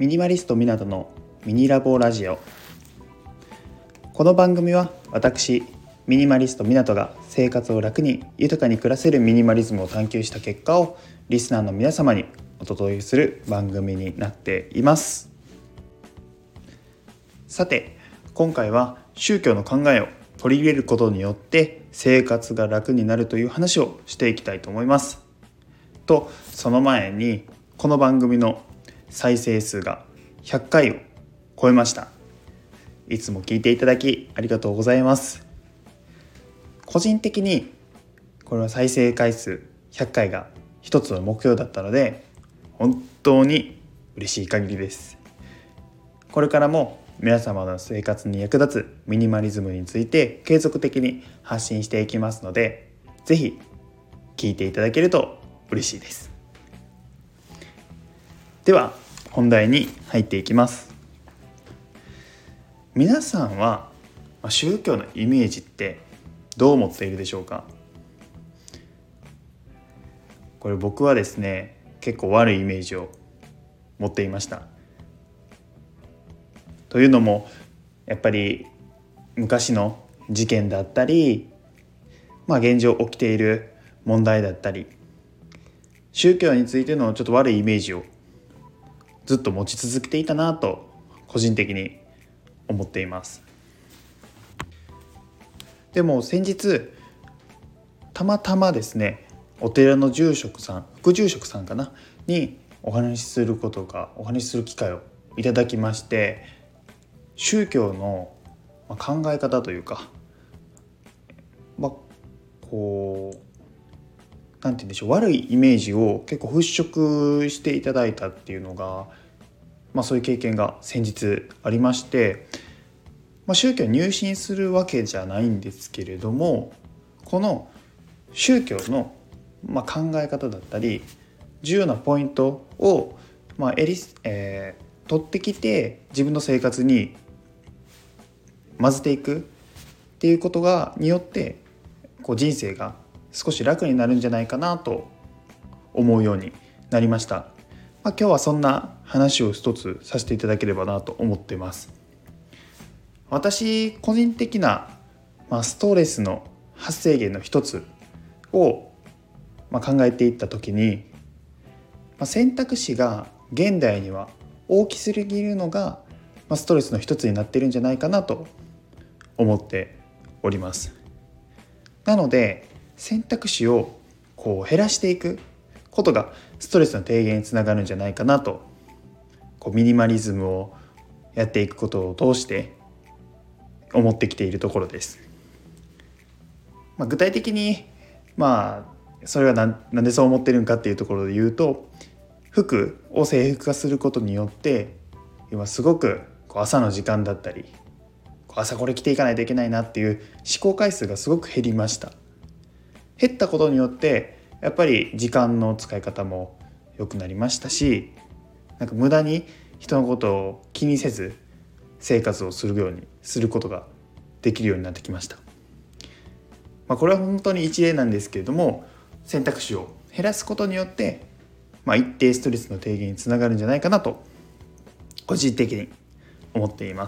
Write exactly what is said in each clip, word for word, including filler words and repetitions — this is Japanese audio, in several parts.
ミニマリスト湊のミニラボラジオ。この番組は私ミニマリスト湊が生活を楽に豊かに暮らせるミニマリズムを探求した結果をリスナーの皆様にお届けする番組になっています。さて、今回は宗教の考えを取り入れることによって生活が楽になるという話をしていきたいと思います。とその前に、この番組の再生数がひゃっかいを超えました。いつも聞いていただきありがとうございます。個人的にこれは再生回数ひゃっかいが一つの目標だったので、本当に嬉しい限りです。これからも皆様の生活に役立つミニマリズムについて継続的に発信していきますので、ぜひ聞いていただけると嬉しいです。では本題に入っていきます。皆さんは宗教のイメージってどう思っているでしょうか？これ僕はですね、結構悪いイメージを持っていました。というのも、やっぱり昔の事件だったり、まあ現状起きている問題だったり、宗教についてのちょっと悪いイメージをずっと持ち続けていたなと個人的に思っています。でも先日たまたまですね、お寺の住職さん副住職さんかなにお話しすることがお話しする機会をいただきまして、宗教の考え方というか、まあこうなんて言うんでしょう、悪いイメージを結構払拭していただいたっていうのが、まあ、そういう経験が先日ありまして、まあ、宗教に入信するわけじゃないんですけれども、この宗教のまあ考え方だったり重要なポイントをまあえり、えー、取ってきて自分の生活に混ぜていくっていうことがによってこう人生が少し楽になるんじゃないかなと思うようになりました。まあ、今日はそんな話を一つさせていただければなと思っています。私個人的な、まあ、ストレスの発生源の一つを、まあ、考えていった時に、まあ、選択肢が現代には大きすぎるのが、まあ、ストレスの一つになっているんじゃないかなと思っております。なので選択肢をこう減らしていくことがストレスの低減につながるんじゃないかなと、こうミニマリズムをやっていくことを通して思ってきているところです。まあ、具体的にまあそれは 何, なんでそう思ってるんかっていうところで言うと、服を制服化することによって今すごくこう朝の時間だったり、朝これ着ていかないといけないなっていう思考回数がすごく減りました。減ったことによってやっぱり時間の使い方も良くなりましたし、なんか無駄に人のことを気にせず生活をするようにすることができるようになってきました。まあ、これは本当に一例なんですけれども、選択肢を減らすことによって、まあ、一定ストレスの低減につながるんじゃないかなと個人的に思っています。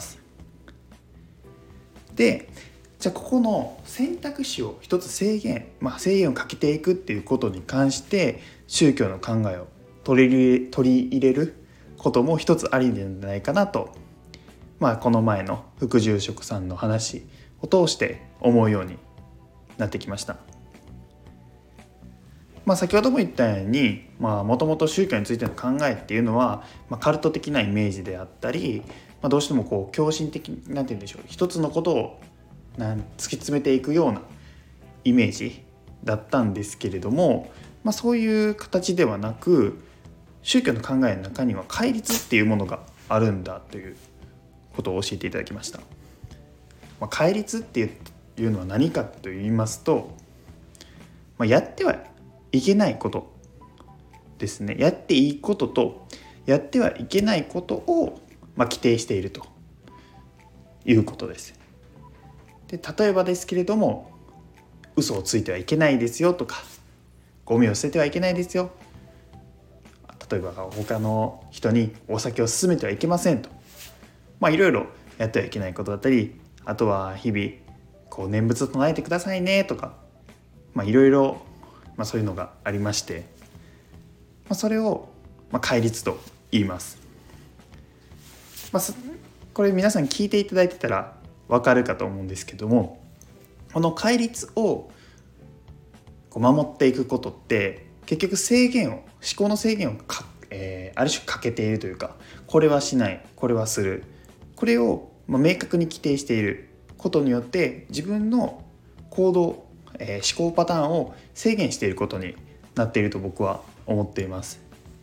で、じゃあここの選択肢を一つ制限、まあ、制限をかけていくっていうことに関して宗教の考えを取り入れ、取り入れることも一つありなんじゃないかなと、まあ、この前の副住職さんの話を通して思うようになってきました。まあ、先ほども言ったように、もともと宗教についての考えっていうのは、まあ、カルト的なイメージであったり、まあ、どうしてもこう狂信的なんて言うんでしょう、一つのことをなん突き詰めていくようなイメージだったんですけれども、まあ、そういう形ではなく、宗教の考えの中には戒律っていうものがあるんだということを教えていただきました。まあ、戒律っていうのは何かと言いますと、まあ、やってはいけないことですね。やっていいこととやってはいけないことを、まあ、規定しているということです。で、例えばですけれども、嘘をついてはいけないですよとか、ゴミを捨ててはいけないですよ、 例えば他の人にお酒を勧めてはいけませんと、まあいろいろやってはいけないことだったり、あとは日々こう念仏を唱えてくださいねとか、まあいろいろまあそういうのがありまして、まあ、それをまあ戒律と言います。まあ、これ皆さん聞いていただいてたら分かるかと思うんですけども、この戒律をこう守っていくことって結局制限を思考の制限をか、えー、ある種かけているというか、これはしない、これはする、これをまあ明確に規定していることによって自分の行動、えー、思考パターンを制限していることになっていると僕は思っています。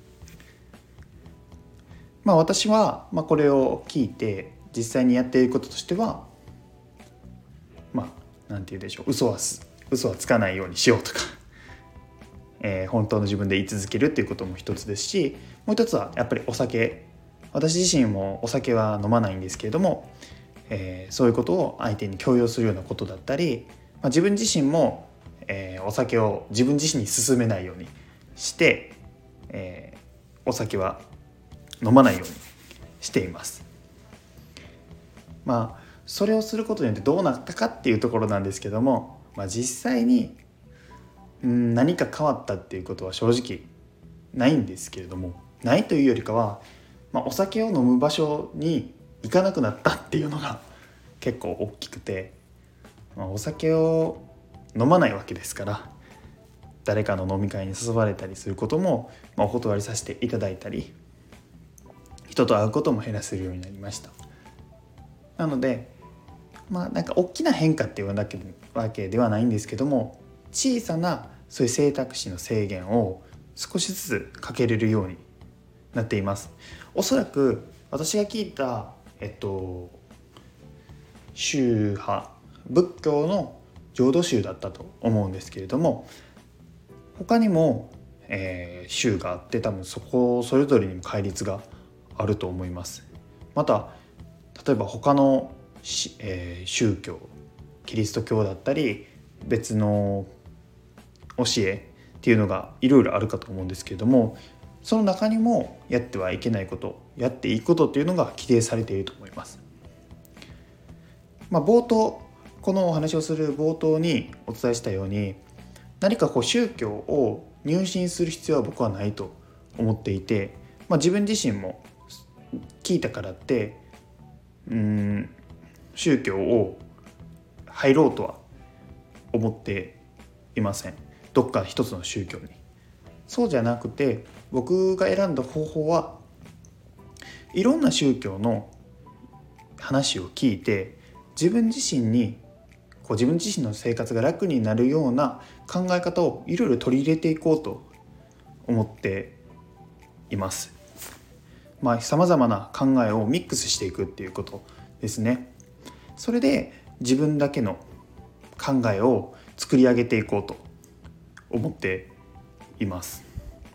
まあ、私はまあこれを聞いて実際にやっていることとしては、まあなんて言うでしょう、嘘は嘘はつかないようにしようとか、えー、本当の自分で言い続けるっていうことも一つですし、もう一つはやっぱりお酒、私自身もお酒は飲まないんですけれども、えー、そういうことを相手に強要するようなことだったり、まあ、自分自身も、えー、お酒を自分自身に勧めないようにして、えー、お酒は飲まないようにしています。まあそれをすることによってどうなったかっていうところなんですけども、まあ、実際にうん何か変わったっていうことは正直ないんですけれども、ないというよりかは、まあ、お酒を飲む場所に行かなくなったっていうのが結構大きくて、まあ、お酒を飲まないわけですから、誰かの飲み会に誘われたりすることも、まあ、お断りさせていただいたり、人と会うことも減らせるようになりました。なのでまあなんか大きな変化っていうわけではないんですけども、小さなそういう選択肢の制限を少しずつかけれるようになっています。おそらく私が聞いたえっと宗派、仏教の浄土宗だったと思うんですけれども、他にも、えー、宗があって、多分そこそれぞれにも戒律があると思います。また例えば他の、えー、宗教、キリスト教だったり別の教えっていうのがいろいろあるかと思うんですけれども、その中にもやってはいけないこと、やっていいことっていうのが規定されていると思います。まあ、冒頭このお話をする冒頭にお伝えしたように、何かこう宗教を入信する必要は僕はないと思っていて、まあ、自分自身も聞いたからってうーん宗教を入ろうとは思っていません。どっか一つの宗教に。そうじゃなくて、僕が選んだ方法はいろんな宗教の話を聞いて、自分自身にこう自分自身の生活が楽になるような考え方をいろいろ取り入れていこうと思っています。まあ、様々な考えをミックスしていくっていうことですね。それで自分だけの考えを作り上げていこうと思っています。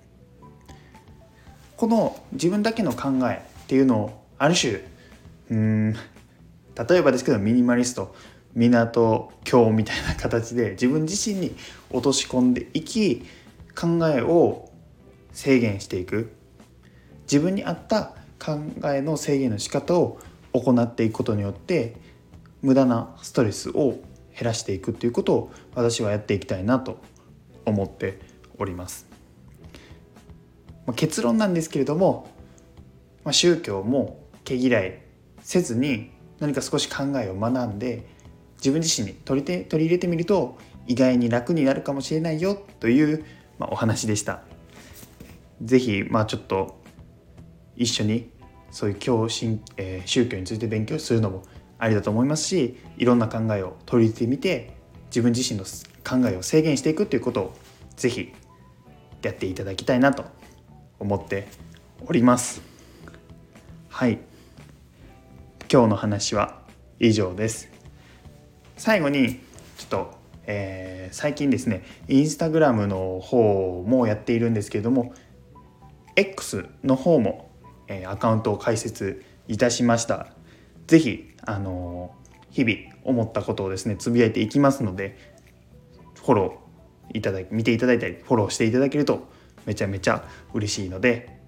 この自分だけの考えっていうのをある種うーん例えばですけどミニマリスト、港教みたいな形で自分自身に落とし込んでいき、考えを制限していく、自分に合った考えの制限の仕方を行っていくことによって無駄なストレスを減らしていくということを私はやっていきたいなと思っております。まあ、結論なんですけれども、まあ、宗教も毛嫌いせずに何か少し考えを学んで自分自身に取りて取り入れてみると意外に楽になるかもしれないよという、まあ、お話でした。ぜひまあちょっと一緒にそういう教神、えー、宗教について勉強するのもありだと思いますし、いろんな考えを取り入れてみて自分自身の考えを制限していくということをぜひやっていただきたいなと思っております。はい、今日の話は以上です。最後にちょっと、えー、最近ですねインスタグラムの方もやっているんですけれども、 X の方も、えー、アカウントを開設いたしました。ぜひあのー、日々思ったことをですねつぶやいていきますので、フォローいただき見ていただいたりフォローしていただけるとめちゃめちゃ嬉しいので、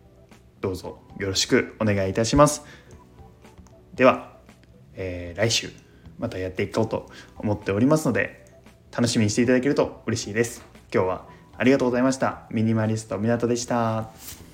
どうぞよろしくお願いいたします。では、えー、来週またやっていこうと思っておりますので、楽しみにしていただけると嬉しいです。今日はありがとうございました。ミニマリスト湊でした。